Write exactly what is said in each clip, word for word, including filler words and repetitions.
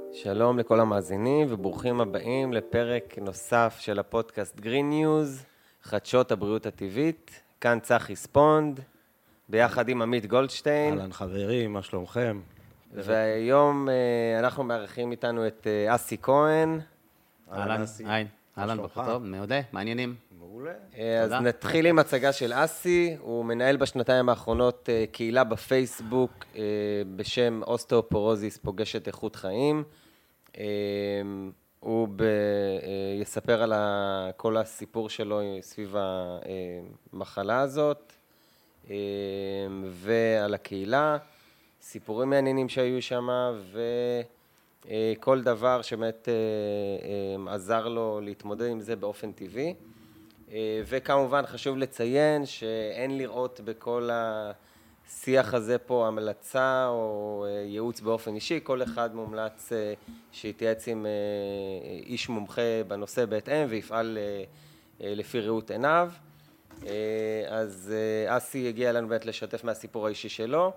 שלום לכל המאזינים וברוכים הבאים לפרק נוסף של הפודקאסט גרין ניוז, חדשות הבריאות הטבעית. כאן צחי ספונד, ביחד עם עמית גולדשטיין. אהלן חברים, מה שלומכם? והיום אנחנו מארחים איתנו את אסי כהן. אהלן, היי, אהלן, בוקר טוב, מעולה, מעניינים. מעולה. אז נתחיל עם הצגה של אסי. הוא מנהל בשנתיים האחרונות קהילה בפייסבוק בשם אוסטאופורוזיס פוגשת איכות חיים. הוא יספר על כל הסיפור שלו סביב המחלה הזאת ועל הקהילה, סיפורים מעניינים שהיו שם וכל דבר שבאמת עזר לו להתמודד עם זה באופן טבעי. וכמובן חשוב לציין שאין לראות בכל השיח הזה פה המלצה או ייעוץ באופן אישי, כל אחד מומלץ שיתייעץ עם איש מומחה בנושא בהתאם ויפעל לפי ראות עיניו. אז אסי הגיע אלינו באמת לשתף מהסיפור האישי שלו,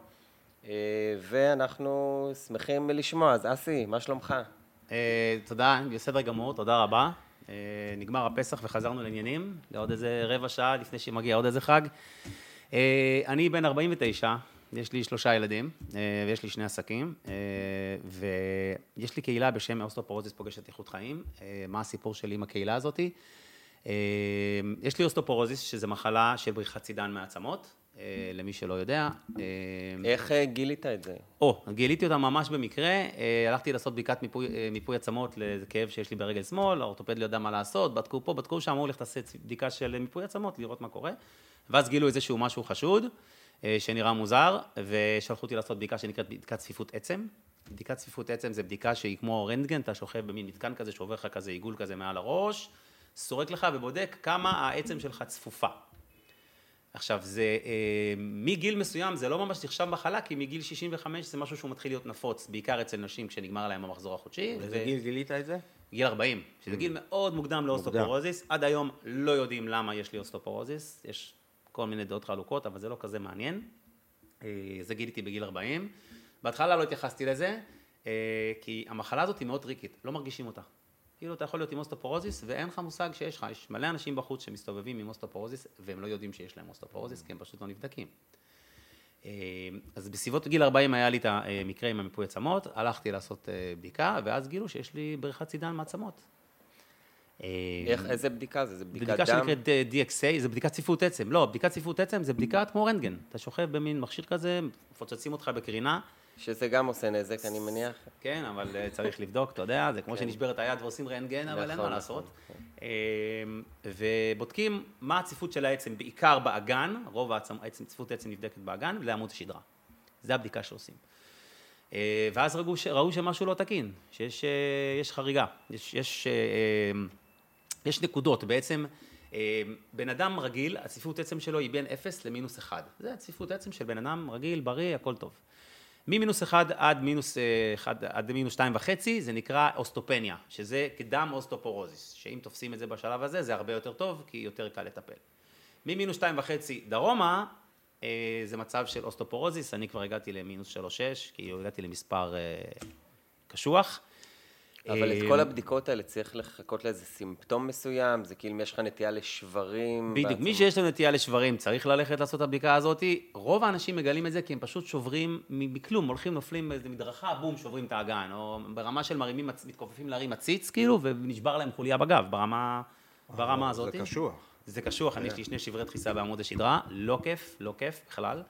ואנחנו שמחים לשמוע. אז אסי, מה שלומך? תודה, בסדר גמור, תודה רבה. נגמר הפסח וחזרנו לעניינים, לעוד איזה רבע שעה לפני שמגיע עוד איזה חג. אני בן ארבעים ותשע, יש לי שלושה ילדים, ויש לי שני עסקים, ויש לי קהילה בשם אוסטאופורוזיס פוגשת איכות חיים. מה הסיפור שלי עם הקהילה הזאת? יש לי אוסטאופורוזיס, שזה מחלה של בריחת צידן מעצמות, למי שלא יודע. איך גילית את זה? או, גיליתי אותה ממש במקרה, הלכתי לעשות בדיקת מיפוי, מיפוי עצמות לכאב שיש לי ברגל שמאל, האורתופד לא יודע מה לעשות, בדקו פה, בדקו שם, אמרו לך תעשה בדיקה של מיפוי עצמות, לראות מה קורה, ואז גילו איזשהו משהו חשוד, שנראה מוזר, ושלחו אותי לעשות בדיקה שנקראת בדיקת צפיפות עצם. בדיקת צפיפות עצם זה בדיקה שהיא כמו רנטגן, אתה שוכב במין מתקן כזה, שעובר לך כזה עיגול כזה מעל הראש, סורק לך ובודק כמה העצם שלך צפופה. עכשיו, זה, מגיל מסוים זה לא ממש נחשב מחלה, כי מגיל שישים וחמש זה משהו שהוא מתחיל להיות נפוץ, בעיקר אצל נשים כשנגמר להם המחזור החודשי. איזה גיל גילית את זה? גיל ארבעים, שזה גיל מאוד מוקדם לאוסטאופורוזיס. עד היום לא יודעים למה יש לי אוסטאופורוזיס, יש כל מיני דעות חלוקות, אבל זה לא כזה מעניין. זה גיליתי בגיל ארבעים. בהתחלה לא התייחסתי לזה, כי המחלה הזאת היא מאוד טריקית, לא מרגישים אותה. כאילו אתה יכול להיות עם אוסטאופורוזיס ואין לך מושג שיש לך, יש מלא אנשים בחוץ שמסתובבים עם אוסטאופורוזיס והם לא יודעים שיש להם אוסטאופורוזיס כי הם פשוט לא נבדקים. אז בסביבות גיל ארבעים היה לי את המקרה עם המיפוי עצמות, הלכתי לעשות בדיקה ואז גילו שיש לי בריחת צידן מעצמות. איך, איזה בדיקה זה? זה בדיקת דם? בדיקה שנקראת די אקס איי, זה בדיקת צפיפות עצם. לא, בדיקת צפיפות עצם זה בדיקה כמו רנטגן. אתה שוכב במין מכשיר כזה, מפוצצים אותך בקרינה. שזה גם עושה נזק, אני מניח. כן, אבל צריך לבדוק, אתה יודע, זה כמו שנשבר את היד ועושים רנטגן, אבל אין מה לעשות. ובודקים מה הצפיפות של העצם, בעיקר באגן, רוב הצפיפות העצם נבדקת באגן, ולעמוד השדרה. זה הבדיקה שעושים. ואז ראו שמשהו לא תקין, שיש חריגה, יש נקודות, בעצם בן אדם רגיל, הצפיפות עצם שלו היא בין אפס למינוס אחד. זה הצפיפות עצם של בן אדם רגיל, בריא, הכל טוב. ממינוס אחד עד מינוס אחד, עד מינוס שתיים וחצי, זה נקרא אוסטופניה, שזה קדם אוסטאופורוזיס, שאם תופסים את זה בשלב הזה, זה הרבה יותר טוב, כי יותר קל לטפל. ממינוס שתיים וחצי דרומה, זה מצב של אוסטאופורוזיס, אני כבר הגעתי למינוס שלוש שש, כי הגעתי למספר קשוח. אבל את כל הבדיקות האלה צריך לחכות לאיזה סימפטום מסוים, זה כאילו אם יש לך נטייה לשברים. בדיוק, מי שיש לו נטייה לשברים צריך ללכת לעשות את הבדיקה הזאת. רוב האנשים מגלים את זה כי הם פשוט שוברים מכלום, הולכים, נופלים באיזה מדרכה, בום, שוברים את האגן, או ברמה של מרימים, מתכופפים להרים עציץ, כאילו, ונשבר להם חוליה בגב, ברמה, ברמה הזאת. זה קשוח. זה קשוח, אני יש לי שני שברי דחיסה בעמוד השדרה, לא כיף, לא כיף בכלל.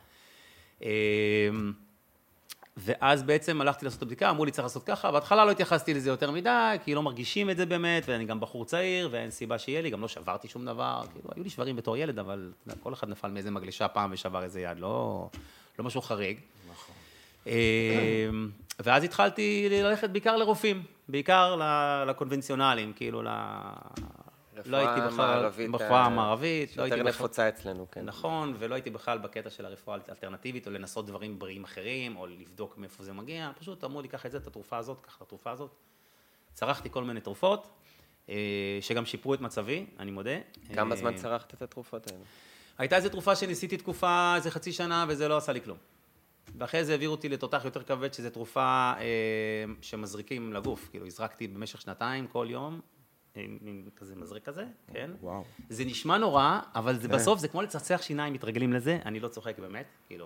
ואז בעצם הלכתי לעשות את הבדיקה, אמרו לי צריך לעשות ככה, בהתחלה לא התייחסתי לזה יותר מדי, כי לא מרגישים את זה באמת, ואני גם בחור צעיר, ואין סיבה שיהיה לי, גם לא שברתי שום דבר, כאילו, היו לי שברים בתור ילד, אבל כל אחד נפל מאיזה מגלשה פעם ושבר איזה יד, לא, לא משהו חריג. נכון. ואז התחלתי ללכת בעיקר לרופאים, בעיקר לקונבנציונליים, כאילו, לא הייתי בכלל ברפואה המערבית, יותר נפוצה אצלנו, כן. נכון, ולא הייתי בכלל בקטע של הרפואה האלטרנטיבית, או לנסות דברים בריאים אחרים, או לבדוק מאיפה זה מגיע, פשוט אמרו לי, קח את זה, את התרופה הזאת, קח את התרופה הזאת. צרכתי כל מיני תרופות, שגם שיפרו את מצבי, אני מודה. כמה זמן צרכת את התרופות האלה? הייתה איזו תרופה שניסיתי תקופה, איזה חצי שנה, וזה לא עשה לי כלום. ואחרי זה העבירו אותי לתותח יותר כבד, שזו תרופה אה, שמזריקים לגוף. כאילו, הזרקתי במשך שנתיים, כל יום, עם, עם כזה מזריק כזה, כן? וואו. זה נשמע נורא, אבל זה, בסוף זה כמו לצחצח שיניים, מתרגלים לזה, אני לא צוחק באמת, כאילו.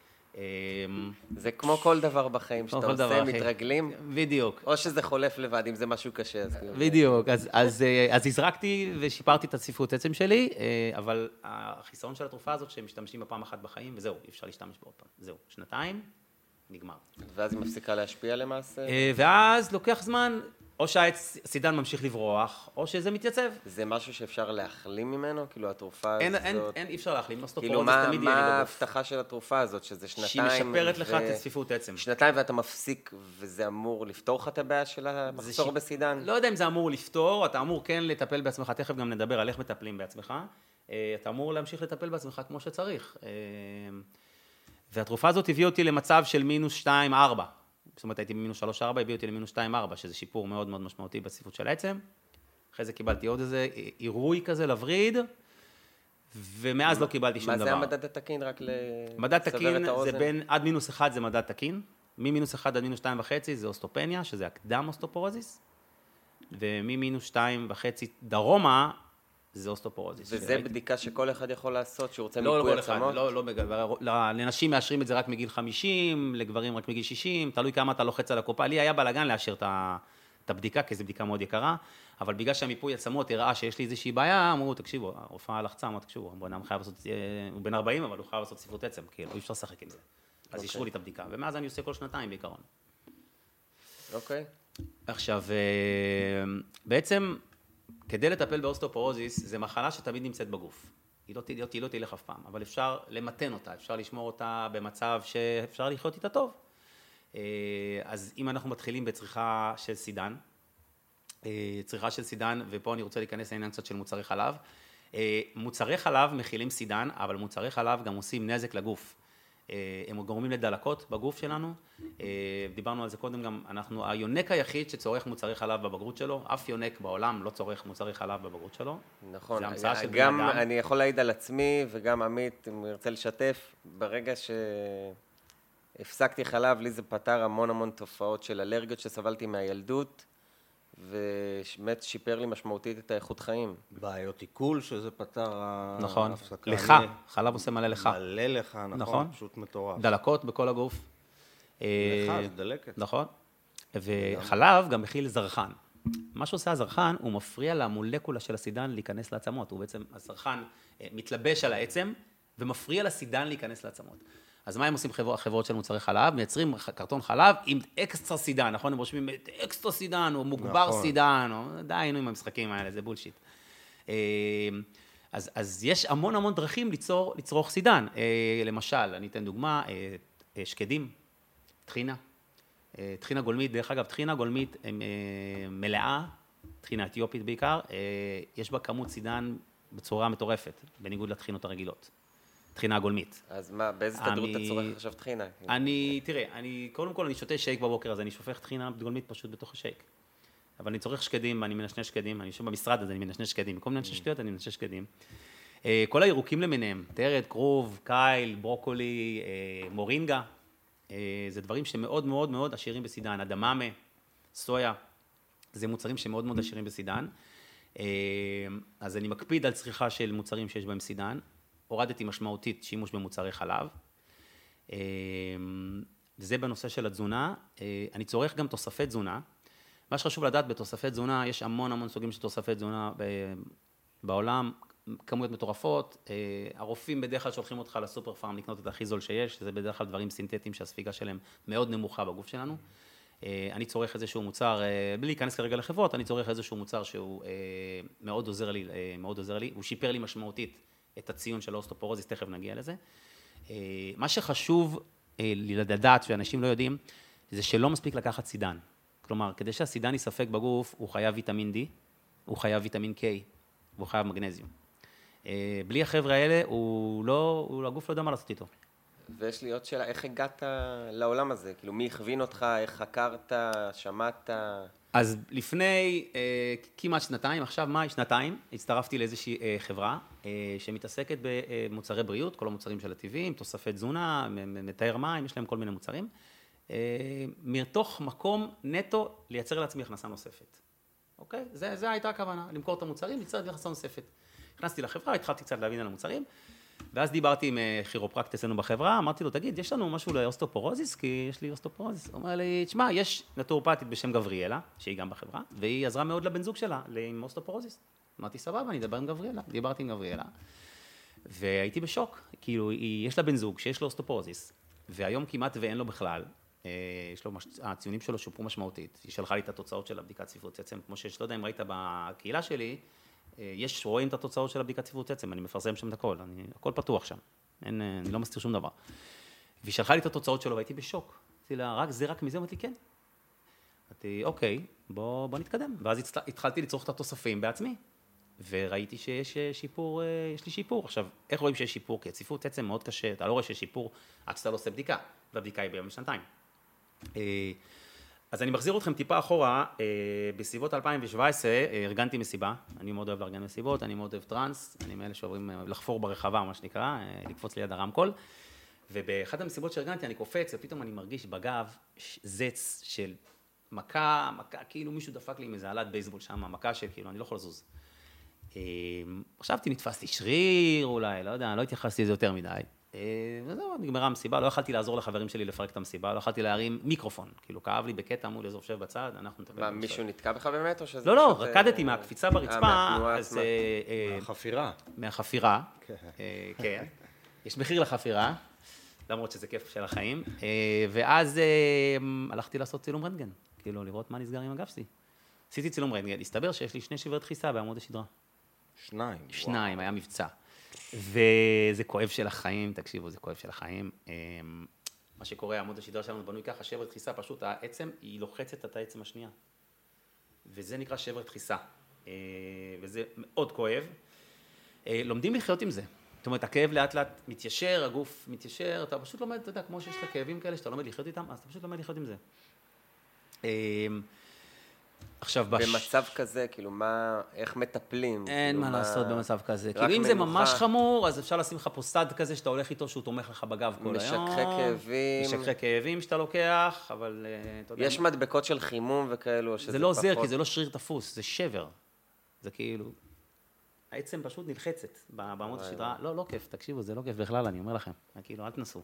זה כמו כל דבר בחיים שאתה עושה, מתרגלים. בדיוק. או שזה חולף לבד, אם זה משהו קשה. בדיוק. אז הזרקתי ושיפרתי את הצפיפות עצם שלי, אבל החיסרון של התרופה הזאת, שהם משתמשים בפעם אחת בחיים, וזהו, אי אפשר להשתמש בעוד פעם. זהו, שנתיים, נגמר. ואז היא מפסיקה להשפיע למעשה? ואז לוקח זמן, או שהסידן ממשיך לברוח, או שזה מתייצב. זה משהו שאפשר להחלים ממנו? כאילו התרופה אין, הזאת... אין, אין, אי אפשר להחלים. כאילו מה, מה ההבטחה של התרופה הזאת? שזה שנתיים... שהיא משפרת לך את הצפיפות עצם. שנתיים ואתה מפסיק, וזה אמור לפתור לך את הבעיה של המחסור ש... בסידן? לא יודע אם זה אמור לפתור, אתה אמור כן לטפל בעצמך, תכף גם נדבר על איך מטפלים בעצמך. אתה אמור להמשיך לטפל בעצמך כמו שצריך. והתרופה הזאת הביאה אותי למצב של מינוס שתיים ארבע. זאת אומרת, הייתי במינוס שלוש ארבע, הביאו אותי למינוס שתיים ארבע, שזה שיפור מאוד מאוד משמעותי בצפיפות של העצם. אחרי זה קיבלתי עוד איזה עירוי כזה לווריד, ומאז לא קיבלתי שום דבר. מה זה המדד התקין? רק לסבר את האוזן? מדד תקין זה בין, עד מינוס אחד זה מדד תקין, ממינוס אחד עד מינוס שתיים וחצי זה אוסטופניה, שזה הקדם אוסטופורוזיס, וממינוס שתיים וחצי דרומה, זה אוסטופורוזיס. וזה בדיקה שכל אחד יכול לעשות, שהוא רוצה לא, מיפוי לא עצמות? לא, לא, לא, לנשים מאשרים את זה רק מגיל חמישים, לגברים רק מגיל שישים, תלוי כמה אתה לוחץ על הקופה. לי היה בלגן לאשר את הבדיקה, כי זו בדיקה מאוד יקרה, אבל בגלל שהמיפוי עצמות הראה שיש לי איזושהי בעיה, אמרו, תקשיבו, הרופאה לחצה, אמרו, תקשיבו, בוא נאמר חייב לעשות, הוא בן ארבעים, אבל הוא חייב לעשות צפיפות עצם, כאילו, אי אפשר לשחק עם זה. אז אישרו לי את הבדיקה, ומאז אני עושה כל שנתיים בעיקרון. אוקיי. עכשיו, בעצם, כדי לטפל באוסטאופורוזיס, זה מחלה שתמיד נמצאת בגוף. היא לא, היא, היא לא תלך אף פעם, אבל אפשר למתן אותה, אפשר לשמור אותה במצב שאפשר לחיות איתה טוב. אז אם אנחנו מתחילים בצריכה של סידן, צריכה של סידן, ופה אני רוצה להיכנס לעניין קצת של מוצרי חלב. מוצרי חלב מכילים סידן, אבל מוצרי חלב גם עושים נזק לגוף. הם גורמים לדלקות בגוף שלנו, דיברנו על זה קודם גם, אנחנו היונק היחיד שצורך מוצרי חלב בבגרות שלו, אף יונק בעולם לא צורך מוצרי חלב בבגרות שלו. נכון, זה המצאה של בן גם אדם. אני יכול להעיד על עצמי וגם עמית, אם הוא ירצה לשתף, ברגע שהפסקתי חלב, לי זה פתר המון המון תופעות של אלרגיות שסבלתי מהילדות, ובאמת שיפר לי משמעותית את האיכות חיים. בעיות עיכול, שזה פתר נכון, ההפסקה. לך, חלב עושה מלא לך. מלא לך, נכון, נכון. פשוט מטורף. דלקות בכל הגוף. לך, זה דלקת. נכון. וחלב גם מכיל זרחן. מה שעושה הזרחן, הוא מפריע למולקולה של הסידן להיכנס לעצמות. הוא בעצם, הזרחן מתלבש על העצם, ומפריע לסידן להיכנס לעצמות. אז מה הם עושים חברות של מוצרי חלב? מייצרים קרטון חלב עם אקסטרה סידן, נכון? הם רושמים את אקסטרה סידן, או מוגבר נכון. סידן, או די, היינו עם המשחקים האלה, זה בולשיט. אז, אז יש המון המון דרכים ליצור, לצרוך סידן. למשל, אני אתן דוגמה, שקדים, טחינה. טחינה גולמית, דרך אגב, טחינה גולמית מלאה, טחינה אתיופית בעיקר, יש בה כמות סידן בצורה מטורפת, בניגוד לטחינות הרגילות. טחינה גולמית. אז מה, באיזה תדירות אתה צורך עכשיו טחינה? אני, תראה, אני, קודם כל אני שותה שייק בבוקר, אז אני שופך טחינה גולמית פשוט בתוך השייק. אבל אני צורך שקדים, אני מנשנש שקדים, אני יושב במשרד הזה, אני מנשנש שקדים. במקום לנשנש שטויות, אני מנשנש שקדים. כל הירוקים למיניהם, תרד, כרוב, קייל, ברוקולי, מורינגה, זה דברים שמאוד מאוד מאוד עשירים בסידן. אדממה, סויה, זה מוצרים שמאוד מאוד עשירים בסידן. אז אני מקפיד על צריכה של מוצרים שיש בהם סידן. הורדתי משמעותית שימוש במוצרי חלב. זה בנושא של התזונה. אני צורך גם תוספי תזונה. מה שחשוב לדעת, בתוספי תזונה, יש המון המון סוגים של תוספי תזונה בעולם, כמויות מטורפות. הרופאים בדרך כלל שולחים אותך לסופר פארם לקנות את הכי זול שיש, זה בדרך כלל דברים סינתטיים שהספיגה שלהם מאוד נמוכה בגוף שלנו. אני צורך איזשהו מוצר, בלי להיכנס כרגע לחברות, אני צורך איזשהו מוצר שהוא מאוד עוזר לי, מאוד עוזר לי, הוא שיפר לי משמעותית את הציון של האוסטאופורוזיס, תכף נגיע לזה. מה שחשוב לדעת, שאנשים לא יודעים, זה שלא מספיק לקחת סידן. כלומר, כדי שהסידן יספק בגוף, הוא חייב ויטמין D, הוא חייב ויטמין K, והוא חייב מגנזיום. בלי החבר'ה האלה, הוא לא, הוא, הגוף לא יודע מה לעשות איתו. ויש לי עוד שאלה, איך הגעת לעולם הזה? כאילו, מי הכווין אותך, איך חקרת, שמעת? אז לפני אה, כמעט שנתיים, עכשיו מאי, שנתיים, הצטרפתי לאיזושהי אה, חברה אה, שמתעסקת במוצרי בריאות, כל המוצרים של הטבעיים, תוספי תזונה, מתאר מים, יש להם כל מיני מוצרים. אה, מתוך מקום נטו לייצר לעצמי הכנסה נוספת. אוקיי? זה, זה הייתה הכוונה, למכור את המוצרים, לייצר לעצמי הכנסה נוספת. נכנסתי לחברה, התחלתי קצת להבין על המוצרים, ואז דיברתי עם כירופרקט אצלנו בחברה, אמרתי לו, תגיד, יש לנו משהו לאוסטאופורוזיס? כי יש לי אוסטאופורוזיס. הוא אומר לי, תשמע, יש נטורופטית בשם גבריאלה, שהיא גם בחברה, והיא עזרה מאוד לבן זוג שלה, עם אוסטאופורוזיס. אמרתי, סבבה, אני אדבר עם גבריאלה. דיברתי עם גבריאלה, והייתי בשוק. כאילו, יש לה בן זוג שיש לו אוסטאופורוזיס, והיום כמעט ואין לו בכלל. יש לו, הציונים שלו שופרו משמעותית. היא שלחה לי את התוצאות של הבדיקת צפיפות עצם, כמו שיש, לא יודע אם ראית בקהילה שלי, יש, רואים את התוצאות של הבדיקת צפיפות עצם, אני מפרסם שם את הכל, אני, הכל פתוח שם, אין, אני לא מסתיר שום דבר. והיא שלחה לי את התוצאות שלו והייתי בשוק. אמרתי לה, רק, זה רק מזה? אמרתי לי, כן. אמרתי, אוקיי, בוא, בוא נתקדם. ואז התחלתי לצרוך את התוספים בעצמי, וראיתי שיש שיפור, יש לי שיפור. עכשיו, איך רואים שיש שיפור? כי הצפיפות עצם מאוד קשה, אתה לא רואה שיש שיפור עד שאתה לא עושה בדיקה, והבדיקה היא ביום בשנתיים. אז אני מחזיר אתכם טיפה אחורה, בסביבות אלפיים שבע עשרה ארגנתי מסיבה, אני מאוד אוהב לארגן מסיבות, אני מאוד אוהב טרנס, אני מאלה שעוברים לחפור ברחבה, מה שנקרא, לקפוץ ליד הרמקול, ובאחת המסיבות שארגנתי אני קופץ, ופתאום אני מרגיש בגב זץ של מכה, מכה, כאילו מישהו דפק לי עם איזה עלת בייסבול שם, מכה של כאילו, אני לא יכול לזוז. חשבתי, נתפסתי שריר אולי, לא יודע, לא התייחסתי לזה יותר מדי. וזהו, נגמרה המסיבה, לא יכלתי לעזור לחברים שלי לפרק את המסיבה, לא יכלתי להרים מיקרופון, כאילו כאב לי בקטע מול איזו חושב בצד, אנחנו נטפל. מה, מישהו נתקע בך באמת או שזה... לא, לא, רקדתי מהקפיצה ברצפה, אז... מהחפירה. מהחפירה, כן, יש מחיר לחפירה, למרות שזה כיף של החיים, ואז הלכתי לעשות צילום רנטגן, כאילו לראות מה נסגר עם הגב שלי. עשיתי צילום רנטגן, הסתבר שיש לי שני שברי דחיסה בעמוד השדרה. שניים. שניים, היה מבצע. וזה כואב של החיים, תקשיבו, זה כואב של החיים. מה שקורה, עמוד השדרה שלנו בנוי ככה, שבר דחיסה, פשוט העצם, היא לוחצת את העצם השנייה. וזה נקרא שבר דחיסה. וזה מאוד כואב. לומדים לחיות עם זה. זאת אומרת, הכאב לאט לאט מתיישר, הגוף מתיישר, אתה פשוט לומד, אתה יודע, כמו שיש לך כאבים כאלה, שאתה לומד לחיות איתם, אז אתה פשוט לומד לחיות עם זה. עכשיו, בש... במצב כזה, כאילו, מה, איך מטפלים? אין כאילו, מה לעשות במצב כזה. כאילו, אם מנוחה... זה ממש חמור, אז אפשר לשים לך פה סטד כזה שאתה הולך איתו, שהוא תומך לך בגב כל היום. משככי כאבים. משככי כאבים שאתה לוקח, אבל אתה יודע... יש מדבקות של חימום וכאלו, שזה זה לא פחות... עוזר, כי זה לא שריר תפוס, זה שבר. זה כאילו... העצם פשוט נלחצת בעמוד השדרה. לא, לא כיף, תקשיבו, זה לא כיף בכלל, אני אומר לכם. כאילו, אל תנסו.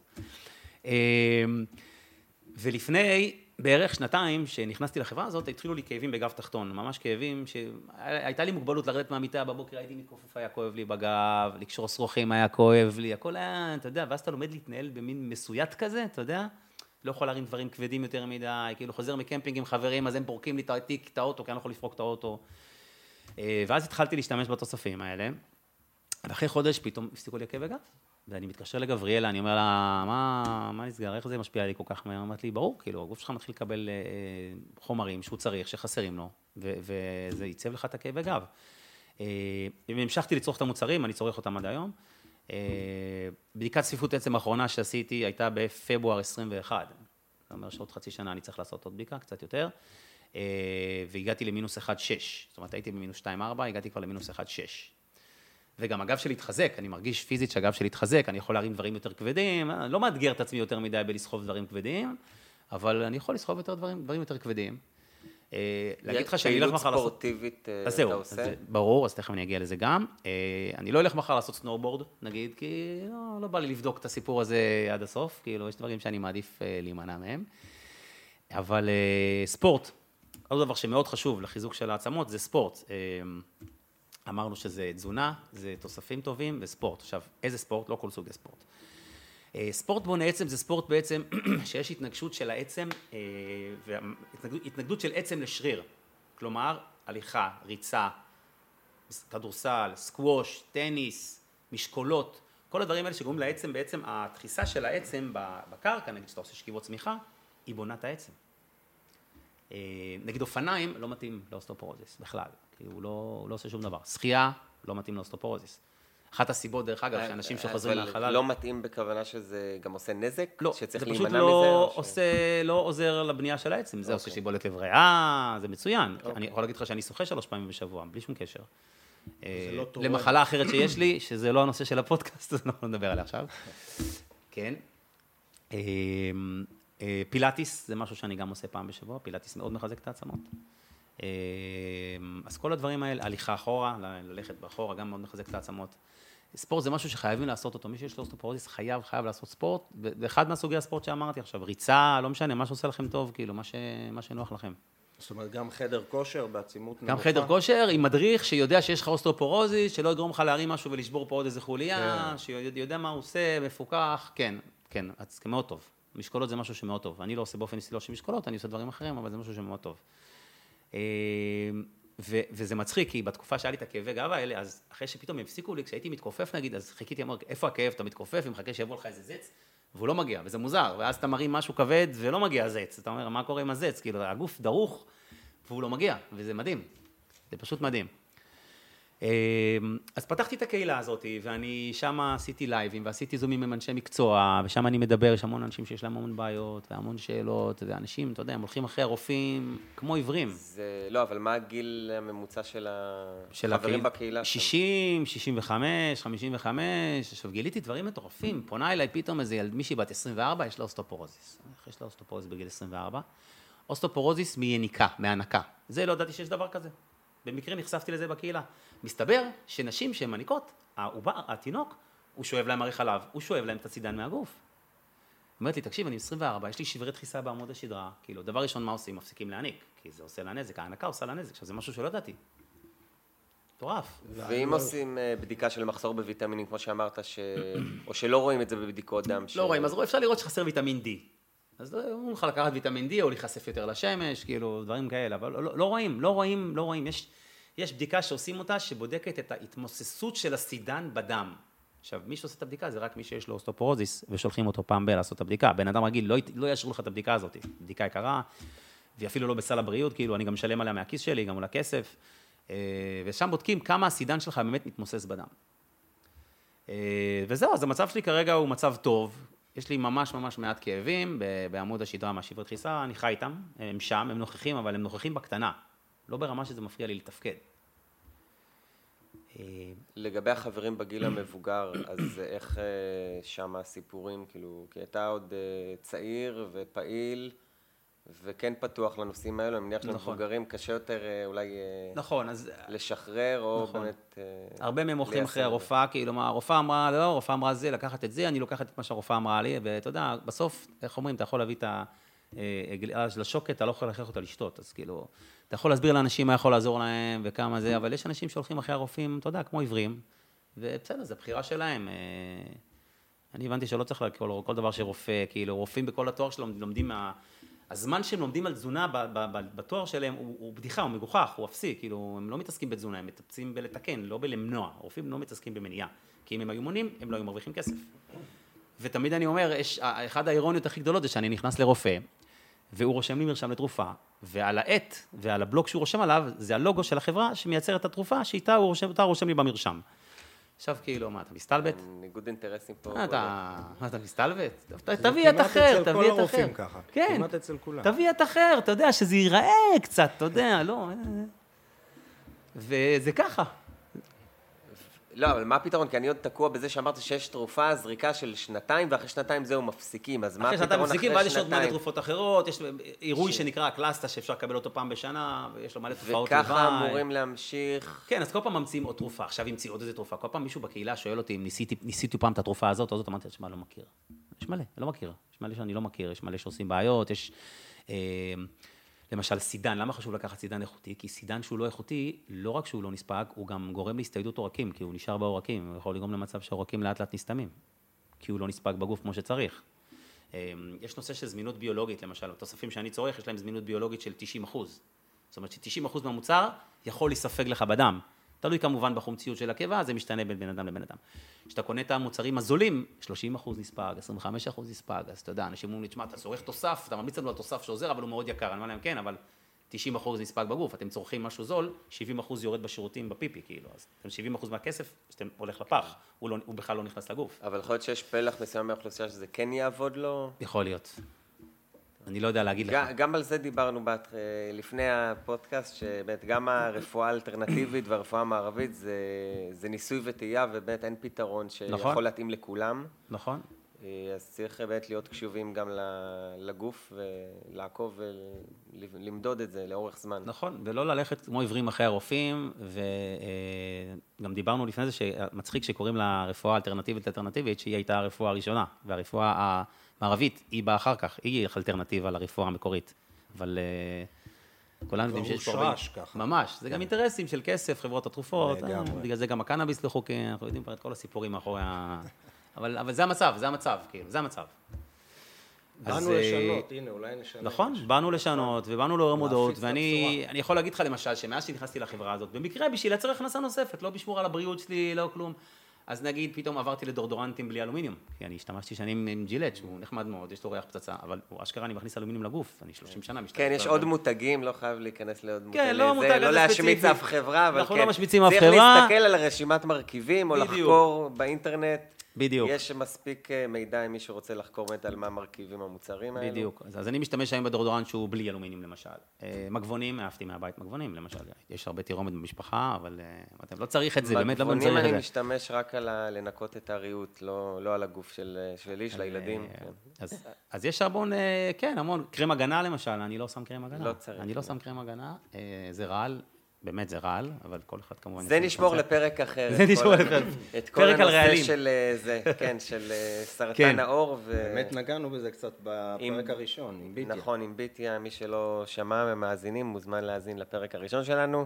ולפני בערך שנתיים שנכנסתי לחברה הזאת, התחילו לי כאבים בגב תחתון, ממש כאבים שהייתה לי מוגבלות לרדת מהמיטה בבוקר, הייתי מתכופף, היה כואב לי בגב, לקשור שרוכים היה כואב לי, הכל היה, אתה יודע, ואז אתה לומד להתנהל במין מסוית כזה, אתה יודע, לא יכול להרים דברים כבדים יותר מדי, כאילו חוזר מקמפינג עם חברים, אז הם פורקים לי את התיק, את האוטו, כי אני לא יכול לפרוק את האוטו. ואז התחלתי להשתמש בתוספים האלה, ואחרי חודש פתאום הפסיקו לי כאבי גב. ואני מתקשר לגבריאלה, אני אומר לה, מה, מה נסגר, איך זה משפיע לי כל כך מהר? אמרת לי, ברור, כאילו, הגוף שלך מתחיל לקבל אה, חומרים שהוא צריך, שחסרים לו, ו- וזה ייצב לך את הכאבי גב. אה, והמשכתי לצרוך את המוצרים, אני צורך אותם עד היום. אה, בדיקת צפיפות עצם האחרונה שעשיתי הייתה בפברואר עשרים ואחת. זאת אומרת שעוד חצי שנה אני צריך לעשות עוד בדיקה, קצת יותר. אה, והגעתי למינוס אחד נקודה שש. זאת אומרת, הייתי במינוס שתיים נקודה ארבע, הגעתי כבר למינוס אחד נקודה שש. וגם הגב שלי התחזק, אני מרגיש פיזית שהגב שלי התחזק, אני יכול להרים דברים יותר כבדים, אני לא מאתגר את עצמי יותר מדי בלסחוב דברים כבדים, אבל אני יכול לסחוב יותר דברים, דברים יותר כבדים. להגיד לך שאני אלך מחר לעשות... פעילות ספורטיבית אתה עושה? ברור, אז תכף אני אגיע לזה גם. אני לא אלך מחר לעשות סנורבורד, נגיד, כי לא, לא בא לי לבדוק את הסיפור הזה עד הסוף, כאילו יש דברים שאני מעדיף להימנע מהם. אבל ספורט, עוד דבר שמאוד חשוב לחיזוק של העצמות, זה ספורט. אמרנו שזה תזונה, זה תוספים טובים וספורט. עכשיו, איזה ספורט? לא כל סוגי ספורט. ספורט בונה עצם זה ספורט בעצם שיש התנגשות של העצם, התנגדות של עצם לשריר. כלומר, הליכה, ריצה, כדורסל, סקווש, טניס, משקולות, כל הדברים האלה שגורמים לעצם, בעצם התחיסה של העצם בקרקע, נגיד שאתה עושה שכיבות צמיחה, היא בונה את העצם. נגיד אופניים לא מתאים לאוסטאופורוזיס בכלל, כי הוא לא, הוא לא עושה שום דבר. שחייה לא מתאים לאוסטאופורוזיס. אחת הסיבות, דרך אגב, שאנשים שחוזרים מהחלל... אבל לא מתאים בכוונה שזה גם עושה נזק? לא, שצריך זה פשוט להימנע לא מזה, עושה, לא עוזר לבנייה של העצם, זה עושה שיבולת לב ריאה, זה מצוין. אוקיי. אני יכול להגיד לך שאני שוחה שלוש פעמים בשבוע, בלי שום קשר. לא תורם. למחלה אחרת שיש לי, שזה לא הנושא של הפודקאסט, אז לא נדבר עליה עכשיו. כן. פילאטיס זה משהו שאני גם עושה פעם בשבוע, פילאטיס מאוד מחזק את העצמות. אז כל הדברים האלה, הליכה אחורה, ללכת באחורה, גם מאוד מחזק את העצמות. ספורט זה משהו שחייבים לעשות אותו, מי שיש לו אוסטאופורוזיס חייב, חייב לעשות ספורט, ואחד מהסוגי הספורט שאמרתי עכשיו, ריצה, לא משנה, מה שעושה לכם טוב, כאילו, מה, ש... מה שנוח לכם. זאת אומרת, גם חדר כושר בעצימות נמוכה. גם חדר כושר עם מדריך שיודע שיש לך אוסטאופורוזיס, שלא יגרום לך להרים משהו ולשבור פה עוד איזה חוליה, שיודע מה הוא עושה, מפוקח, כן, כן, אז מאוד טוב. משקולות זה משהו שמאוד טוב. אני לא עושה באופן אישי לא של משקולות, אני עושה דברים אחרים, אבל זה משהו שמאוד טוב. ו- וזה מצחיק, כי בתקופה שהיה לי את הכאבי גאווה האלה, אז אחרי שפתאום הפסיקו לי, כשהייתי מתכופף נגיד, אז חיכיתי, אמר, איפה הכאב? אתה מתכופף ומחכה שיבוא לך איזה זץ, והוא לא מגיע, וזה מוזר, ואז אתה מרים משהו כבד ולא מגיע הזץ, אתה אומר, מה קורה עם הזץ? כאילו, הגוף דרוך, והוא לא מגיע, וזה מדהים, זה פשוט מדהים. אז פתחתי את הקהילה הזאת, ואני שם עשיתי לייבים, ועשיתי זומים עם אנשי מקצוע, ושם אני מדבר, יש המון אנשים שיש להם המון בעיות, והמון שאלות, ואנשים, אתה יודע, הם הולכים אחרי הרופאים, כמו עיוורים. זה, לא, אבל מה הגיל הממוצע של החברים בקהילה? שישים, שישים וחמש, חמישים וחמש, עכשיו גיליתי דברים מטורפים, פונה אליי פתאום איזה ילד, מישהי בת עשרים וארבע, יש לה אוסטאופורוזיס. יש לה אוסטאופורוזיס בגיל עשרים וארבע. אוסטאופורוזיס מיניקה, מהנקה. זה לא ידעתי שיש דבר כזה. במקרה נחשפתי לזה בקהילה. מסתבר שנשים שהן מניקות, העובר, התינוק, הוא שואב להם הרי חלב, הוא שואב להם את הצידן מהגוף. אומרת לי, תקשיב, אני עשרים וארבע, יש לי שברי דחיסה בעמוד השדרה, כאילו, דבר ראשון, מה עושים? מפסיקים להניק, כי זה עושה לה נזק, ההנקה עושה לה נזק, עכשיו זה משהו שלא ידעתי. מטורף. ואם עושים בדיקה של מחסור בוויטמינים, כמו שאמרת, או שלא רואים את זה בבדיקות דם? לא רואים, אז אפשר לראות שחסר ויטמין D. אז הוא יכול לקחת ויטמין D או להיחשף יותר לשמש, כאילו, דברים כאלה, אבל לא, לא רואים, לא רואים, לא רואים. יש, יש בדיקה שעושים אותה שבודקת את ההתמוססות של הסידן בדם. עכשיו, מי שעושה את הבדיקה זה רק מי שיש לו אוסטאופורוזיס, ושולחים אותו פעם ב- לעשות את הבדיקה. בן אדם רגיל, לא, לא יאשרו לך את הבדיקה הזאת. בדיקה יקרה, ואפילו לא בסל הבריאות, כאילו, אני גם משלם עליה מהכיס שלי, גם עולה כסף. ושם בודקים כמה הסידן שלך באמת מתמוסס בדם. וזהו, אז המצב שלי כרגע הוא מצב טוב. יש לי ממש ממש מעט כאבים בעמוד השדרה מהשברי דחיסה, אני חי איתם, הם שם, הם נוכחים, אבל הם נוכחים בקטנה. לא ברמה שזה מפריע לי לתפקד. לגבי החברים בגיל המבוגר, אז איך שם הסיפורים, כאילו, כי אתה עוד צעיר ופעיל, וכן פתוח לנושאים האלו, אני מניח שלמבוגרים קשה יותר אולי נכון, אז... לשחרר, או נכון. באמת... הרבה מהם הולכים אחרי הרופאה, כאילו, מה, הרופאה אמרה, לא, הרופאה אמרה זה, לקחת את זה, אני לוקחת את מה שהרופאה אמרה לי, ואתה יודע, בסוף, איך אומרים, אתה יכול להביא את הגליעה של השוקת, אתה לא יכול להכריח אותה לשתות, אז כאילו, אתה יכול להסביר לאנשים מה יכול לעזור להם וכמה זה, אבל יש אנשים שהולכים אחרי הרופאים, אתה יודע, כמו עיוורים, ובסדר, זו בחירה שלהם. אני הבנתי שלא צריך כל, כל דבר שרופא, כאילו, רופאים בכל התואר שלהם לומדים מה... הזמן שהם לומדים על תזונה בתואר שלהם הוא, הוא בדיחה, הוא מגוחך, הוא אפסי, כאילו, הם לא מתעסקים בתזונה, הם מטפסים בלתקן, לא בלמנוע. הרופאים לא מתעסקים במניעה, כי אם הם היו מונים, הם לא היו מרוויחים כסף. ותמיד אני אומר, יש, אחד האירוניות הכי גדולות זה שאני נכנס לרופא, והוא רושם לי מרשם לתרופה, ועל העט ועל הבלוק שהוא רושם עליו, זה הלוגו של החברה שמייצרת את התרופה, שאיתה הוא רושם, אותה הוא רושם לי במרשם. עכשיו כאילו, מה, אתה מסתלבט? ניגוד אינטרסים פה. מה אתה מסתלבט? תביא את אחר, תביא את אחר. כן, כמעט אצל כולם. תביא את אחר, אתה יודע, שזה ייראה קצת, אתה יודע, לא... וזה ככה. לא, אבל מה הפתרון? כי אני עוד תקוע בזה שאמרת שיש תרופה, זריקה של שנתיים, ואחרי שנתיים זהו מפסיקים, אז מה הפתרון אחרי שנתיים? אחרי שנתיים מפסיקים, ואז יש עוד מלא תרופות אחרות, יש עירוי שנקרא הקלאסטה, שאפשר לקבל אותו פעם בשנה, ויש לו מלא תופעות לוואי. וככה אמורים להמשיך... כן, אז כל פעם ממציאים עוד תרופה, עכשיו המציאו עוד איזה תרופה, כל פעם מישהו בקהילה שואל אותי אם ניסיתי, ניסיתי פעם את התרופה הזאת, או זאת, אמרתי, שמע, לא מכיר. יש מלא, לא מכיר. יש מלא שאני לא מכיר, יש מלא שעושים בעיות, יש... למשל, סידן, למה חשוב לקחת סידן איכותי? כי סידן שהוא לא איכותי, לא רק שהוא לא נספג, הוא גם גורם להסתיידות עורקים, כי הוא נשאר בעורקים, הוא יכול לגרום למצב שהעורקים לאט לאט נסתמים, כי הוא לא נספג בגוף כמו שצריך. יש נושא של זמינות ביולוגית, למשל, התוספים שאני צורך, יש להם זמינות ביולוגית של תשעים אחוז. זאת אומרת ש-תשעים אחוז מהמוצר יכול להיספג לך בדם. תלוי כמובן בחומציות של הקיבה, זה משתנה בין בן אדם לבן אדם. כשאתה קונה את המוצרים הזולים, שלושים אחוז נספג, עשרים וחמישה אחוז נספג, אז אתה יודע, אנשים אומרים לי, תשמע, אתה צורך תוסף, אתה ממליץ לנו על תוסף שעוזר, אבל הוא מאוד יקר, אני אומר להם, כן, אבל תשעים אחוז נספק בגוף, אתם צורכים משהו זול, שבעים אחוז יורד בשירותים בפיפי, כאילו, אז אתם שבעים אחוז מהכסף, שאתם הולך לפח, הוא, לא, הוא בכלל לא נכנס לגוף. אבל יכול להיות שיש פלח מסוים מהאוכלוסייה שזה כן יעבוד לו? יכול להיות. אני לא יודע להגיד לך. גם על זה דיברנו בת, לפני הפודקאסט, שבאמת גם הרפואה האלטרנטיבית והרפואה המערבית זה, זה ניסוי וטעייה, ובאמת אין פתרון שיכול נכון. להתאים לכולם. נכון. אז צריך באמת להיות קשובים גם לגוף ולעקוב ולמדוד את זה לאורך זמן. נכון, ולא ללכת כמו עיוורים אחרי הרופאים, וגם דיברנו לפני זה שמצחיק שקוראים לה רפואה אלטרנטיבית אלטרנטיבית, שהיא הייתה הרפואה הראשונה, והרפואה המערבית היא באה אחר כך, היא אלטרנטיבה לרפואה המקורית, אבל כולנו יודעים שיש פה הרבה... ממש, זה גם אינטרסים של כסף, חברות התרופות, בגלל זה גם הקנאביס לחוקי, אנחנו יודעים כבר את כל הסיפורים מאחורי ה... אבל, אבל זה המצב, זה המצב, כאילו, זה המצב. באנו לשנות, הנה, אולי נשנה. נכון, באנו לשנות, ובאנו לעורר מודעות, ואני אני יכול להגיד לך למשל, שמאז שנכנסתי לחברה הזאת, במקרה בשביל לייצר הכנסה נוספת, לא בשמור על הבריאות שלי, לא כלום, אז נגיד, פתאום עברתי לדורדורנטים בלי אלומיניום, כי אני השתמשתי שנים עם ג'ילט, שהוא נחמד מאוד, יש לו ריח פצצה, אבל הוא אשכרה, אני מכניס אלומיניום לגוף, אני שלושים שנה משתמש. כן, יש עוד מותגים, לא חייב להיכנס לעוד מותגים. כן, לא מותג, לא להשמיץ אף חברה, אבל אנחנו כן. לא משמיצים אף צריך חברה. להסתכל על רשימת מרכיבים, או לחקור באינטרנט. בדיוק. יש מספיק מידע אם מישהו רוצה לחקור באמת על מה מרכיבים המוצרים האלו. בדיוק. אז, אז אני משתמש היום בדורדורנט שהוא בלי אלומיניום למשל. מגבונים, אהבתי מהבית מגבונים למשל. יש הרבה תירומת במשפחה, אבל אתם לא צריך את זה, באמת לא צריך את זה. מגבונים אני משתמש רק על לנקות את הריאות, לא, לא על הגוף של, שלי, של הילדים. כן. אז, אז יש המון, כן, המון. קרם הגנה למשל, אני לא שם קרם הגנה. לא צריך. אני לא שם קרם הגנה, זה רעל. באמת זה רעל, אבל כל אחד כמובן... זה נשמור לפרק אחר. זה נשמור לפרק. את כל הנושא של זה, כן, של סרטן העור. באמת נגענו בזה קצת בפרק הראשון, עם ביטיה. נכון, עם ביטיה, מי שלא שמע ומאזינים, מוזמן להאזין לפרק הראשון שלנו.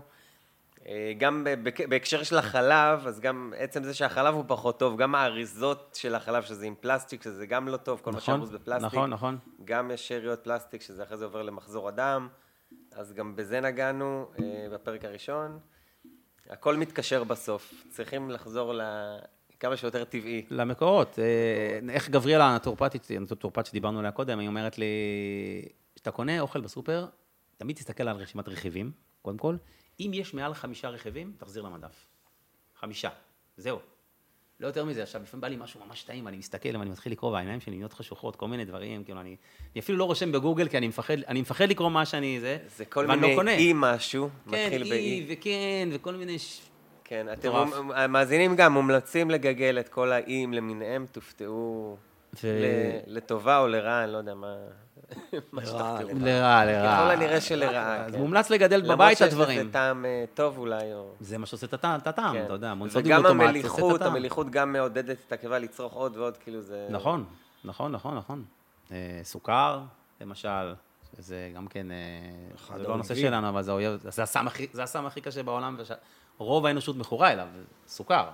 גם בהקשר של החלב, אז גם עצם זה שהחלב הוא פחות טוב, גם האריזות של החלב, שזה עם פלסטיק, שזה גם לא טוב, כל מה שארוז בפלסטיק. נכון, נכון. גם יש שאריות פלסטיק, שזה אחרי זה עובר למחזור הדם. אז גם בזה נגענו אה, בפרק הראשון. הכל מתקשר בסוף. צריכים לחזור לכמה שיותר טבעי. למקורות. אה, איך גבריאלה, הנטורפטית, הנטורפט שדיברנו עליה קודם, היא אומרת לי, שאתה קונה אוכל בסופר, תמיד תסתכל על רשימת רכיבים, קודם כל. אם יש מעל חמישה רכיבים, תחזיר למדף. חמישה. זהו. לא יותר מזה, עכשיו, לפעמים בא לי משהו ממש טעים, אני מסתכל, ואני מתחיל לקרוא, והעיניים שלי נהיות חשוכות, כל מיני דברים, כאילו, אני, אני אפילו לא רושם בגוגל, כי אני מפחד, אני מפחד לקרוא מה שאני, זה, זה כל מיני לא אי משהו, כן, מתחיל באי. אי וכן, וכל מיני... כן, אתם המאזינים גם מומלצים לגגל את כל האיים למיניהם, תופתעו ו... לטובה או לרעה, אני לא יודע מה... לרעה, לרעה, לרעה. ככל הנראה שלרעה, אז מומלץ לגדל בבית הדברים. למרות שיש לזה טעם טוב אולי. זה מה שעושה את הטעם, אתה יודע. וגם המליחות, המליחות גם מעודדת את הקיבה לצרוך עוד ועוד, כאילו זה... נכון, נכון, נכון, נכון. סוכר, למשל, זה גם כן, זה לא הנושא שלנו, אבל זה האויב, זה הסם הכי קשה בעולם, רוב האנושות מכורה אליו, סוכר.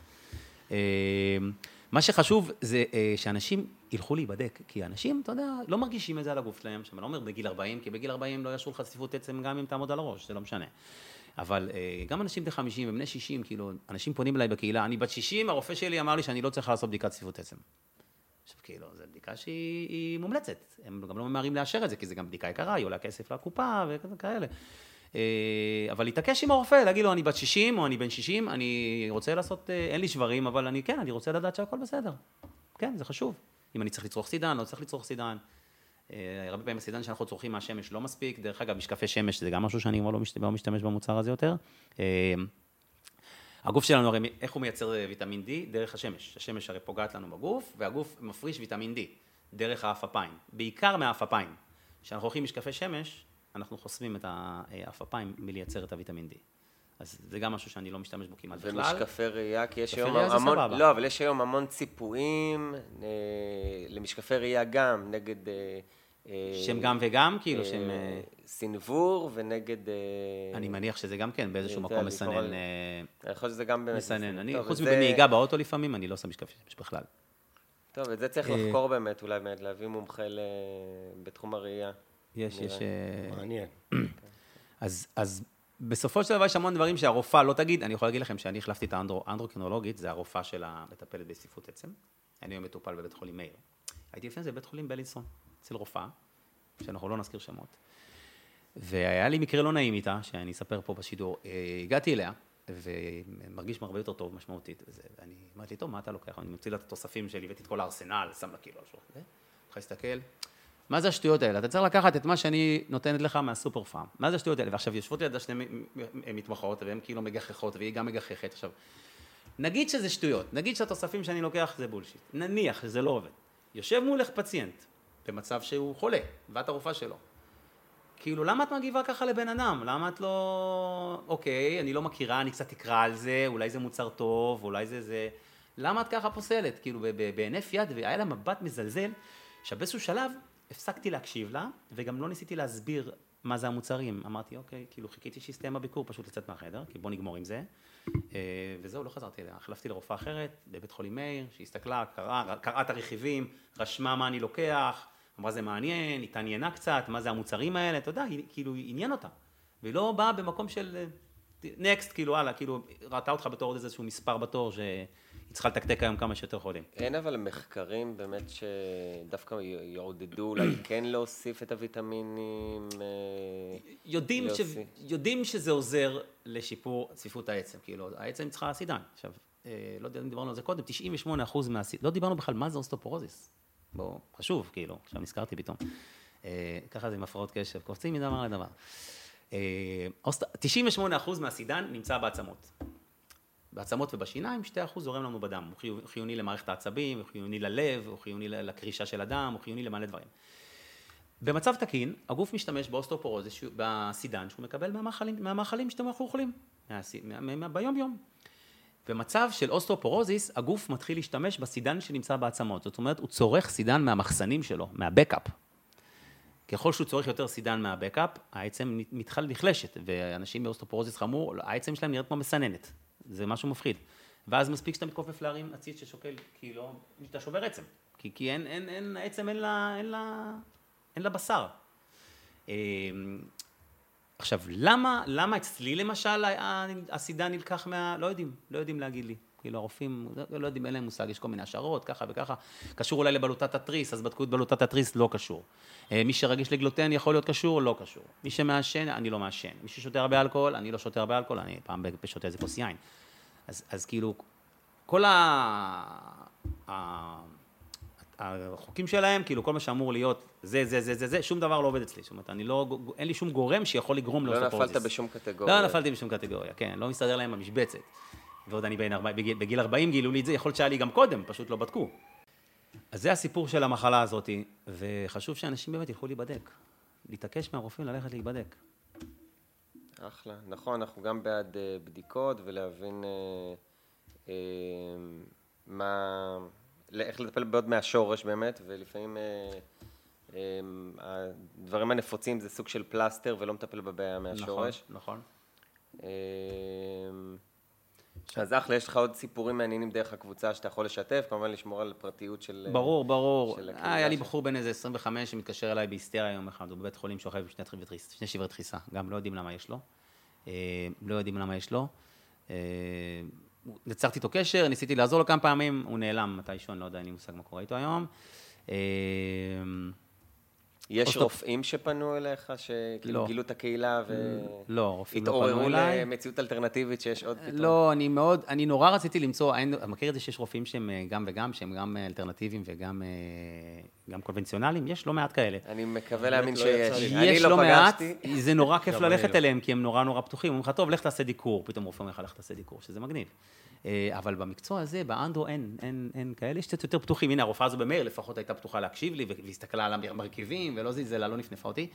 מה שחשוב זה שאנשים ילכו להיבדק, כי אנשים, אתה יודע, לא מרגישים את זה על הגוף שלהם, שאני לא אומר בגיל ארבעים, כי בגיל ארבעים לא ישרו לך צפיפות עצם גם אם תעמוד על הראש, זה לא משנה. אבל גם אנשים בני חמישים ובני שישים, כאילו, אנשים פונים אליי בקהילה, אני בת שישים, הרופא שלי אמר לי שאני לא צריך לעשות בדיקת צפיפות עצם. עכשיו, כאילו, זו בדיקה שהיא מומלצת, הם גם לא ממהרים לאשר את זה, כי זה גם בדיקה יקרה, היא עולה כסף לקופה וכאלה. אבל להתעקש עם הרופא, להגיד לו, אני בת שישים או אני בן שישים, אני רוצה לעשות, אין לי שברים, אבל אני כן, אני רוצה לדעת שהכל בסדר. כן, זה חשוב. אם אני צריך לצרוך סידן, לא צריך לצרוך סידן. הרבה פעמים הסידן שאנחנו צורכים מהשמש לא מספיק, דרך אגב, משקפי שמש, זה גם משהו שאני כבר לא משתמש במוצר הזה יותר. הגוף שלנו, הרי איך הוא מייצר ויטמין D? דרך השמש. השמש הרי פוגעת לנו בגוף, והגוף מפריש ויטמין D, דרך האפפיים. בעיקר מהאפפיים. כשאנחנו הולכים משקפי שמש, אנחנו חוסמים את האפפיים מלייצר את הוויטמין D. אז זה גם משהו שאני לא משתמש בו כמעט בכלל. ומשקפי ראייה, כי יש היום המון, לא, אבל יש היום המון ציפויים, למשקפי ראייה גם, נגד... שהם גם וגם, כאילו שהם... סינבור ונגד... אני מניח שזה גם כן, באיזשהו מקום מסנן... אני חושב שזה גם באמת... מסנן. אני, חוץ מבנהיגה באוטו לפעמים, אני לא עושה משקפי שמש בכלל. טוב, את זה צריך לחקור באמת, אולי באמת, להביא מומחה בתחום הראייה. יש, יש... מעניין. אז, אז בסופו של דבר יש המון דברים שהרופאה לא תגיד, אני יכול להגיד לכם שאני החלפתי את האנדרוקרינולוגית, זה הרופאה של המטפלת בצפיפות עצם. אני היום מטופל בבית חולים מאיר. הייתי לפני זה בבית חולים בלינסון, אצל רופאה, שאנחנו לא נזכיר שמות. והיה לי מקרה לא נעים איתה, שאני אספר פה בשידור. הגעתי אליה, ומרגיש הרבה יותר טוב, משמעותית. ואני אמרתי לי, טוב, מה אתה לוקח? אני מוציא לה את התוספים שלי, הבאתי את כל הארסנל, שם לה כאילו על שולחן. אני להסתכל, מה זה השטויות האלה? אתה צריך לקחת את מה שאני נותנת לך מהסופר פארם. מה זה השטויות האלה? ועכשיו יושבות לידה שני מתמחות, והן כאילו מגחכות, והיא גם מגחכת. עכשיו, נגיד שזה שטויות, נגיד שהתוספים שאני לוקח זה בולשיט. נניח שזה לא עובד. יושב מולך פציינט, במצב שהוא חולה, ואת הרופאה שלו. כאילו, למה את מגיבה ככה לבן אדם? למה את לא... אוקיי, אני לא מכירה, אני קצת אקרא על זה, אולי זה מוצר טוב, אולי זה זה... למה את ככה פוסלת? כאילו, בהינף יד, והיה לה מבט מזלזל, שבאיזשהו שלב הפסקתי להקשיב לה, וגם לא ניסיתי להסביר מה זה המוצרים. אמרתי, אוקיי, כאילו, חיכיתי שיסתיים הביקור, פשוט לצאת מהחדר, כי בוא נגמור עם זה. וזהו, לא חזרתי אליה. החלפתי לרופאה אחרת, בבית חולים מאיר, שהסתכלה, קראה, קראה את הרכיבים, רשמה מה אני לוקח, אמרה זה מעניין, התעניינה קצת, מה זה המוצרים האלה, אתה יודע, כאילו, עניין אותה. והיא לא באה במקום של נקסט, כאילו, הלאה, כאילו, ראתה אותך בתור עוד איזשהו מספר בתור, שהיא צריכה לתקתק היום כמה שיותר חולים. אין אבל מחקרים באמת שדווקא יעודדו אולי כן להוסיף את הוויטמינים? יודעים, ש... יודעים שזה עוזר לשיפור צפיפות העצם, כאילו, העצם צריכה סידן. עכשיו, לא יודע אם דיברנו על זה קודם, תשעים ושמונה אחוז מהסידן, לא דיברנו בכלל מה זה אוסטאופורוזיס. בוא, חשוב, כאילו, עכשיו נזכרתי פתאום. ככה זה עם הפרעות קשב, קופצים מדבר לדבר. תשעים ושמונה אחוז מהסידן נמצא בעצמות. בעצמות ובשיניים, שני אחוז זורם לנו בדם. הוא חיוני למערכת העצבים, הוא חיוני ללב, הוא חיוני לקרישה של הדם, הוא חיוני למלא דברים. במצב תקין, הגוף משתמש באוסטאופורוזיס, בסידן, שהוא מקבל מהמאכלים, מהמאכלים שאתם אוכלים, ביום יום. במצב של אוסטאופורוזיס, הגוף מתחיל להשתמש בסידן שנמצא בעצמות. זאת אומרת, הוא צורך סידן מהמחסנים שלו, מהבקאפ. ככל שהוא צורך יותר סידן מהבקאפ, העצם מתחיל נחלשת, ואנשים באוסטאופורוזיס חמור, העצם שלהם נראית כמו מסננת. זה משהו מפחיד. ואז מספיק שאתה מתכופף להרים עציץ ששוקל, כי לא, אתה שובר עצם. כי, כי אין, אין, אין, העצם אין לה, אין לה, אין לה בשר. עכשיו, למה, למה אצלי למשל הסידן נלקח מה... לא יודעים, לא יודעים להגיד לי. כאילו הרופאים, לא יודעים, אין להם מושג, יש כל מיני השערות, ככה וככה. קשור אולי לבלוטת התריס, אז בדקו את בלוטת התריס, לא קשור. מי שרגיש לגלוטן יכול להיות קשור, לא קשור. מי שמעשן, אני לא מעשן. מי ששותה הרבה אלכוהול, אני לא שותה הרבה אלכוהול, אני פעם בשותה איזה כוס יין. אז, אז כאילו, כל ה... ה... החוקים שלהם, כאילו כל מה שאמור להיות, זה, זה, זה, זה, זה, שום דבר לא עובד אצלי. זאת אומרת, אני לא, אין לי שום גורם שיכול לגרום לאוסטאופורוזיס. לא נפלת בשום קטגוריה. לא נפלתי בשום קטגוריה, כן, לא מסתדר להם המשבצת. ועוד אני בין ארבעים, בגיל, בגיל ארבעים גילו לי את זה, יכול להיות שהיה לי גם קודם, פשוט לא בדקו. אז זה הסיפור של המחלה הזאת, וחשוב שאנשים באמת ילכו להיבדק. להתעקש מהרופאים ללכת להיבדק. אחלה, נכון, אנחנו גם בעד בדיקות ולהבין אה, אה, מה... איך לטפל בעוד מהשורש באמת, ולפעמים אה, אה, הדברים הנפוצים זה סוג של פלסטר ולא מטפל בבעיה מהשורש. נכון, נכון. אה, אז אחלה, יש לך עוד סיפורים מעניינים דרך הקבוצה שאתה יכול לשתף, כמובן לשמור על פרטיות של... ברור, ברור. היה לי בחור בן איזה עשרים וחמש שמתקשר אליי בהיסטריה יום אחד, הוא בבית חולים שוכב עם שני שברי דחיסה, גם לא יודעים למה יש לו. לא יודעים למה יש לו. נצרתי איתו קשר, ניסיתי לעזור לו כמה פעמים, הוא נעלם מתישהו, אני לא יודע, אין לי מושג מה קורה איתו היום. יש רופאים שפנו אליך, שכאילו גילו את הקהילה והתעוררו למציאות אלטרנטיבית שיש עוד פתאום? לא, אני מאוד, אני נורא רציתי למצוא, אני מכיר את זה שיש רופאים שהם גם וגם, שהם גם אלטרנטיביים וגם קונבנציונליים, יש לא מעט כאלה. אני מקווה להאמין שיש. יש לא מעט, זה נורא כיף ללכת אליהם, כי הם נורא נורא פתוחים, אומרים לך, טוב, לך תעשה דיקור, פתאום רופא אומר לך, לך תעשה דיקור, שזה מגניב. אבל במקצוע הזה, באנדרו, אין, אין, אין כאלה, יש קצת יותר פתוחים. הנה, הרופאה הזו במאיר, לפחות הייתה פתוחה להקשיב לי, והסתכלה על המרכיבים, ולא זלזלה, לא נפנפה אותי.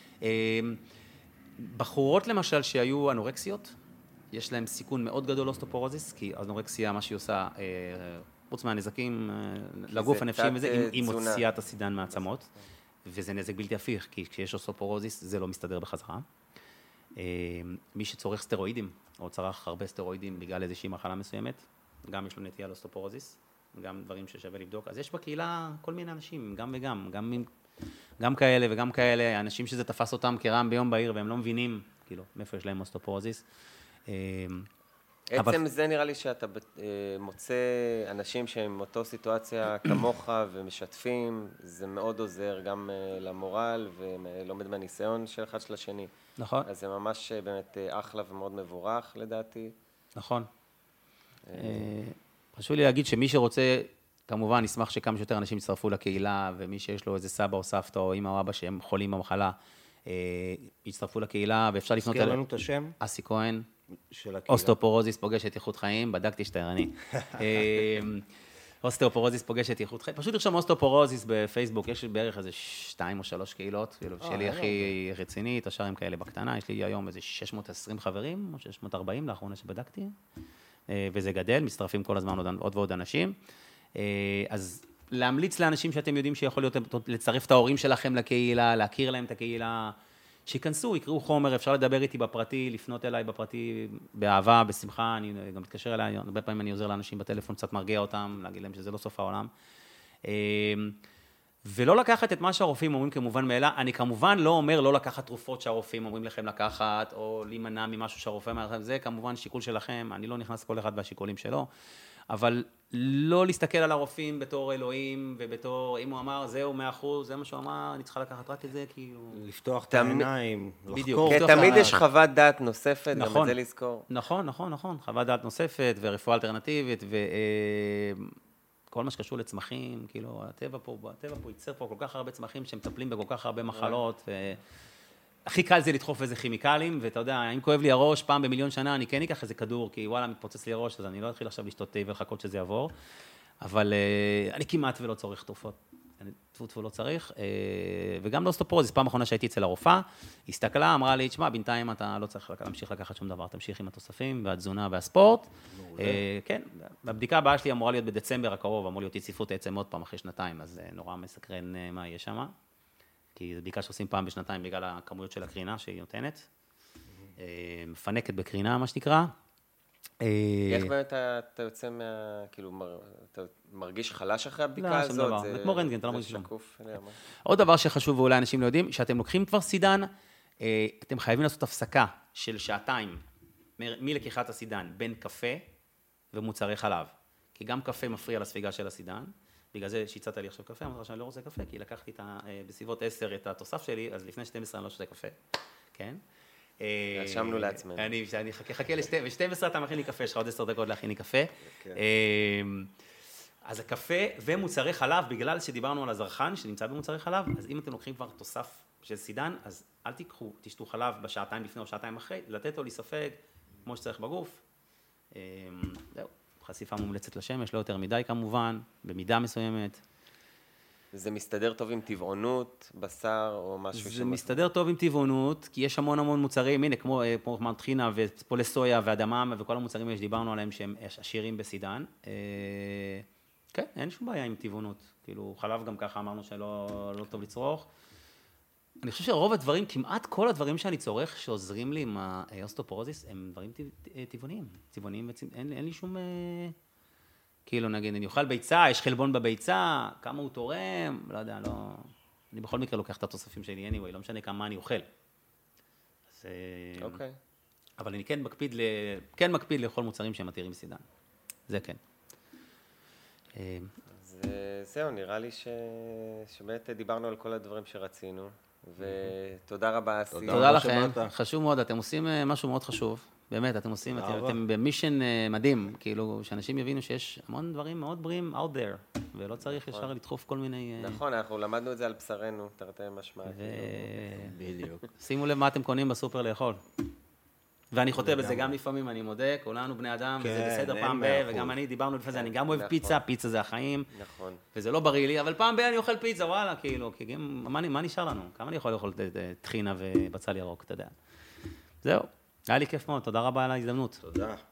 בחורות למשל שהיו אנורקסיות, יש להם סיכון מאוד גדול לאוסטאופורוזיס, כי אנורקסיה, מה שהיא עושה, חוץ מהנזקים לגוף הנפשי וזה, היא מוציאה את הסידן מעצמות, וזה נזק בלתי הפיך, כי כשיש אוסטאופורוזיס, זה לא מסתדר בחזרה. מי שצורך סטרואידים, או צרך הרבה סטרואידים בגלל איזושהי מחלה מסוימת, גם יש לו נטייה לאוסטאופורוזיס, גם דברים ששווה לבדוק. אז יש בקהילה כל מיני אנשים, גם וגם, גם, גם כאלה וגם כאלה, אנשים שזה תפס אותם כרעם ביום בהיר, והם לא מבינים, כאילו, מאיפה יש להם אוסטאופורוזיס. עצם זה נראה לי שאתה מוצא אנשים שהם מאותו סיטואציה כמוך ומשתפים, זה מאוד עוזר גם למורל ולומד מהניסיון של אחד של השני. נכון. אז זה ממש באמת אחלה ומאוד מבורך לדעתי. נכון. חשוב לי להגיד שמי שרוצה, כמובן, נשמח שכמה שיותר אנשים יצטרפו לקהילה, ומי שיש לו איזה סבא או סבתא או אמא או אבא שהם חולים במחלה, יצטרפו לקהילה, ואפשר לפנות תזכיר לנו את השם? אסי כהן. של הקהילה. אוסטאופורוזיס פוגשת איכות חיים, בדקתי שאתה ערני. אוסטאופורוזיס פוגשת איכות חיים. פשוט לרשום אוסטאופורוזיס בפייסבוק, יש בערך איזה שתיים או שלוש קהילות, שלי הכי רצינית, השאר הם כאלה בקטנה, יש לי היום איזה שש מאות ועשרים חברים, או שש מאות וארבעים לאחרונה שבדקתי, וזה גדל, מצטרפים כל הזמן עוד ועוד אנשים. אז להמליץ לאנשים שאתם יודעים שיכול להיות לצרף את ההורים שלכם לקהילה, להכיר להם את הקהילה, שיכנסו, יקראו חומר, אפשר לדבר איתי בפרטי, לפנות אליי בפרטי, באהבה, בשמחה, אני גם מתקשר אליי, הרבה פעמים אני עוזר לאנשים בטלפון, קצת מרגיע אותם, להגיד להם שזה לא סוף העולם. ולא לקחת את מה שהרופאים אומרים כמובן מאליו, אני כמובן לא אומר לא לקחת תרופות שהרופאים אומרים לכם לקחת, או להימנע ממשהו שהרופא אומר לכם, זה כמובן שיקול שלכם, אני לא נכנס כל אחד והשיקולים שלו, אבל לא להסתכל על הרופאים בתור אלוהים, ובתור, אם הוא אמר, זהו, מאה אחוז, זה מה שהוא אמר, אני צריכה לקחת רק את זה, כאילו... לפתוח את העיניים, בדיוק. לחקור. כי תמיד יש חוות דעת נוספת, גם את זה לזכור. נכון, נכון, נכון, חוות דעת נוספת, ורפואה אלטרנטיבית, וכל מה שקשור לצמחים, כאילו, הטבע פה, הטבע פה ייצר פה כל כך הרבה צמחים, שמטפלים בכל כך הרבה מחלות, הכי קל זה לדחוף איזה כימיקלים, ואתה יודע, אם כואב לי הראש, פעם במיליון שנה, אני כן אקח איזה כדור, כי וואלה, מתפוצץ לי הראש, אז אני לא אתחיל עכשיו לשתות תה ולחכות שזה יעבור, אבל uh, אני כמעט ולא צורך תרופות, אני תפות ולא צריך, uh, וגם לאוסטאופורוזיס, פעם אחרונה שהייתי אצל הרופאה, הסתכלה, אמרה לי, תשמע, בינתיים אתה לא צריך להמשיך לקחת שום דבר, תמשיך עם התוספים והתזונה והספורט, uh, כן, הבדיקה הבאה שלי אמורה להיות בדצמבר הקרוב, אמור להיות יציפות עצם עוד פעם אחרי שנתיים, אז uh, נורא מסקרן uh, מה יהיה שם. כי זו בדיקה שעושים פעם בשנתיים בגלל הכמויות של הקרינה שהיא נותנת. מפנקת בקרינה, מה שנקרא. איך באמת אתה יוצא מה... כאילו, אתה מרגיש חלש אחרי הבדיקה הזאת? זה כמו רנטגן, אתה לא מרגיש שום. עוד דבר שחשוב ואולי אנשים לא יודעים, שאתם לוקחים כבר סידן, אתם חייבים לעשות הפסקה של שעתיים מלקיחת הסידן בין קפה ומוצרי חלב. כי גם קפה מפריע לספיגה של הסידן. בגלל זה שהצעת לי עכשיו קפה, אמרתי שאני לא רוצה קפה, כי לקחתי בסביבות עשר את התוסף שלי, אז לפני שתים עשרה אני לא שותה קפה, כן? רשמנו לעצמנו. אני חכה ל-שתים עשרה, אתה מכין לי קפה, יש לך עוד עשר דקות להכין לי קפה. אז הקפה ומוצרי חלב, בגלל שדיברנו על הזרחן שנמצא במוצרי חלב, אז אם אתם לוקחים כבר תוסף של סידן, אז אל תיקחו, תשתו חלב בשעתיים לפני או שעתיים אחרי, לתת לו להיספג כמו שצריך בגוף. זהו. חשיפה מומלצת לשמש, לא יותר מדי כמובן, במידה מסוימת. זה מסתדר טוב עם טבעונות, בשר או משהו זה מסתדר טוב עם טבעונות, כי יש המון המון מוצרים, הנה, כמו מטחינה ופולי סויה ואדמה וכל המוצרים האלה שדיברנו עליהם שהם עשירים בסידן. כן, אין שום בעיה עם טבעונות. כאילו, חלב גם ככה אמרנו שלא טוב לצרוך. אני חושב שרוב הדברים, כמעט כל הדברים שאני צורך שעוזרים לי עם האוסטאופורוזיס, הם דברים טבעוניים. טבעוניים, אין לי שום... כאילו, נגיד, אני אוכל ביצה, יש חלבון בביצה, כמה הוא תורם, לא יודע, לא... אני בכל מקרה לוקח את התוספים שלי, anyway, לא משנה כמה אני אוכל. אז... אוקיי. אבל אני כן מקפיד, כן מקפיד לאכול מוצרים שהם מתירים סידן. זה כן. אז זהו, נראה לי שבאמת דיברנו על כל הדברים שרצינו. ותודה רבה, אסי. תודה לכם, חשוב מאוד, אתם עושים משהו מאוד חשוב, באמת, אתם עושים, אתם במישן מדהים, כאילו, שאנשים יבינו שיש המון דברים מאוד בריאים out there, ולא צריך ישר לדחוף כל מיני... נכון, אנחנו למדנו את זה על בשרנו, תרתי משמע. בדיוק. שימו לב מה אתם קונים בסופר לאכול. ואני חוטא בזה גם לפעמים, אני מודה, כולנו בני אדם, וזה בסדר פעם ב, וגם אני, דיברנו לפני זה, אני גם אוהב פיצה, פיצה זה החיים. נכון. וזה לא בריא לי, אבל פעם ב אני אוכל פיצה, וואלה, כאילו, כי גם, מה נשאר לנו? כמה אני יכול לאכול טחינה ובצל ירוק, אתה יודע. זהו, היה לי כיף מאוד, תודה רבה על ההזדמנות. תודה.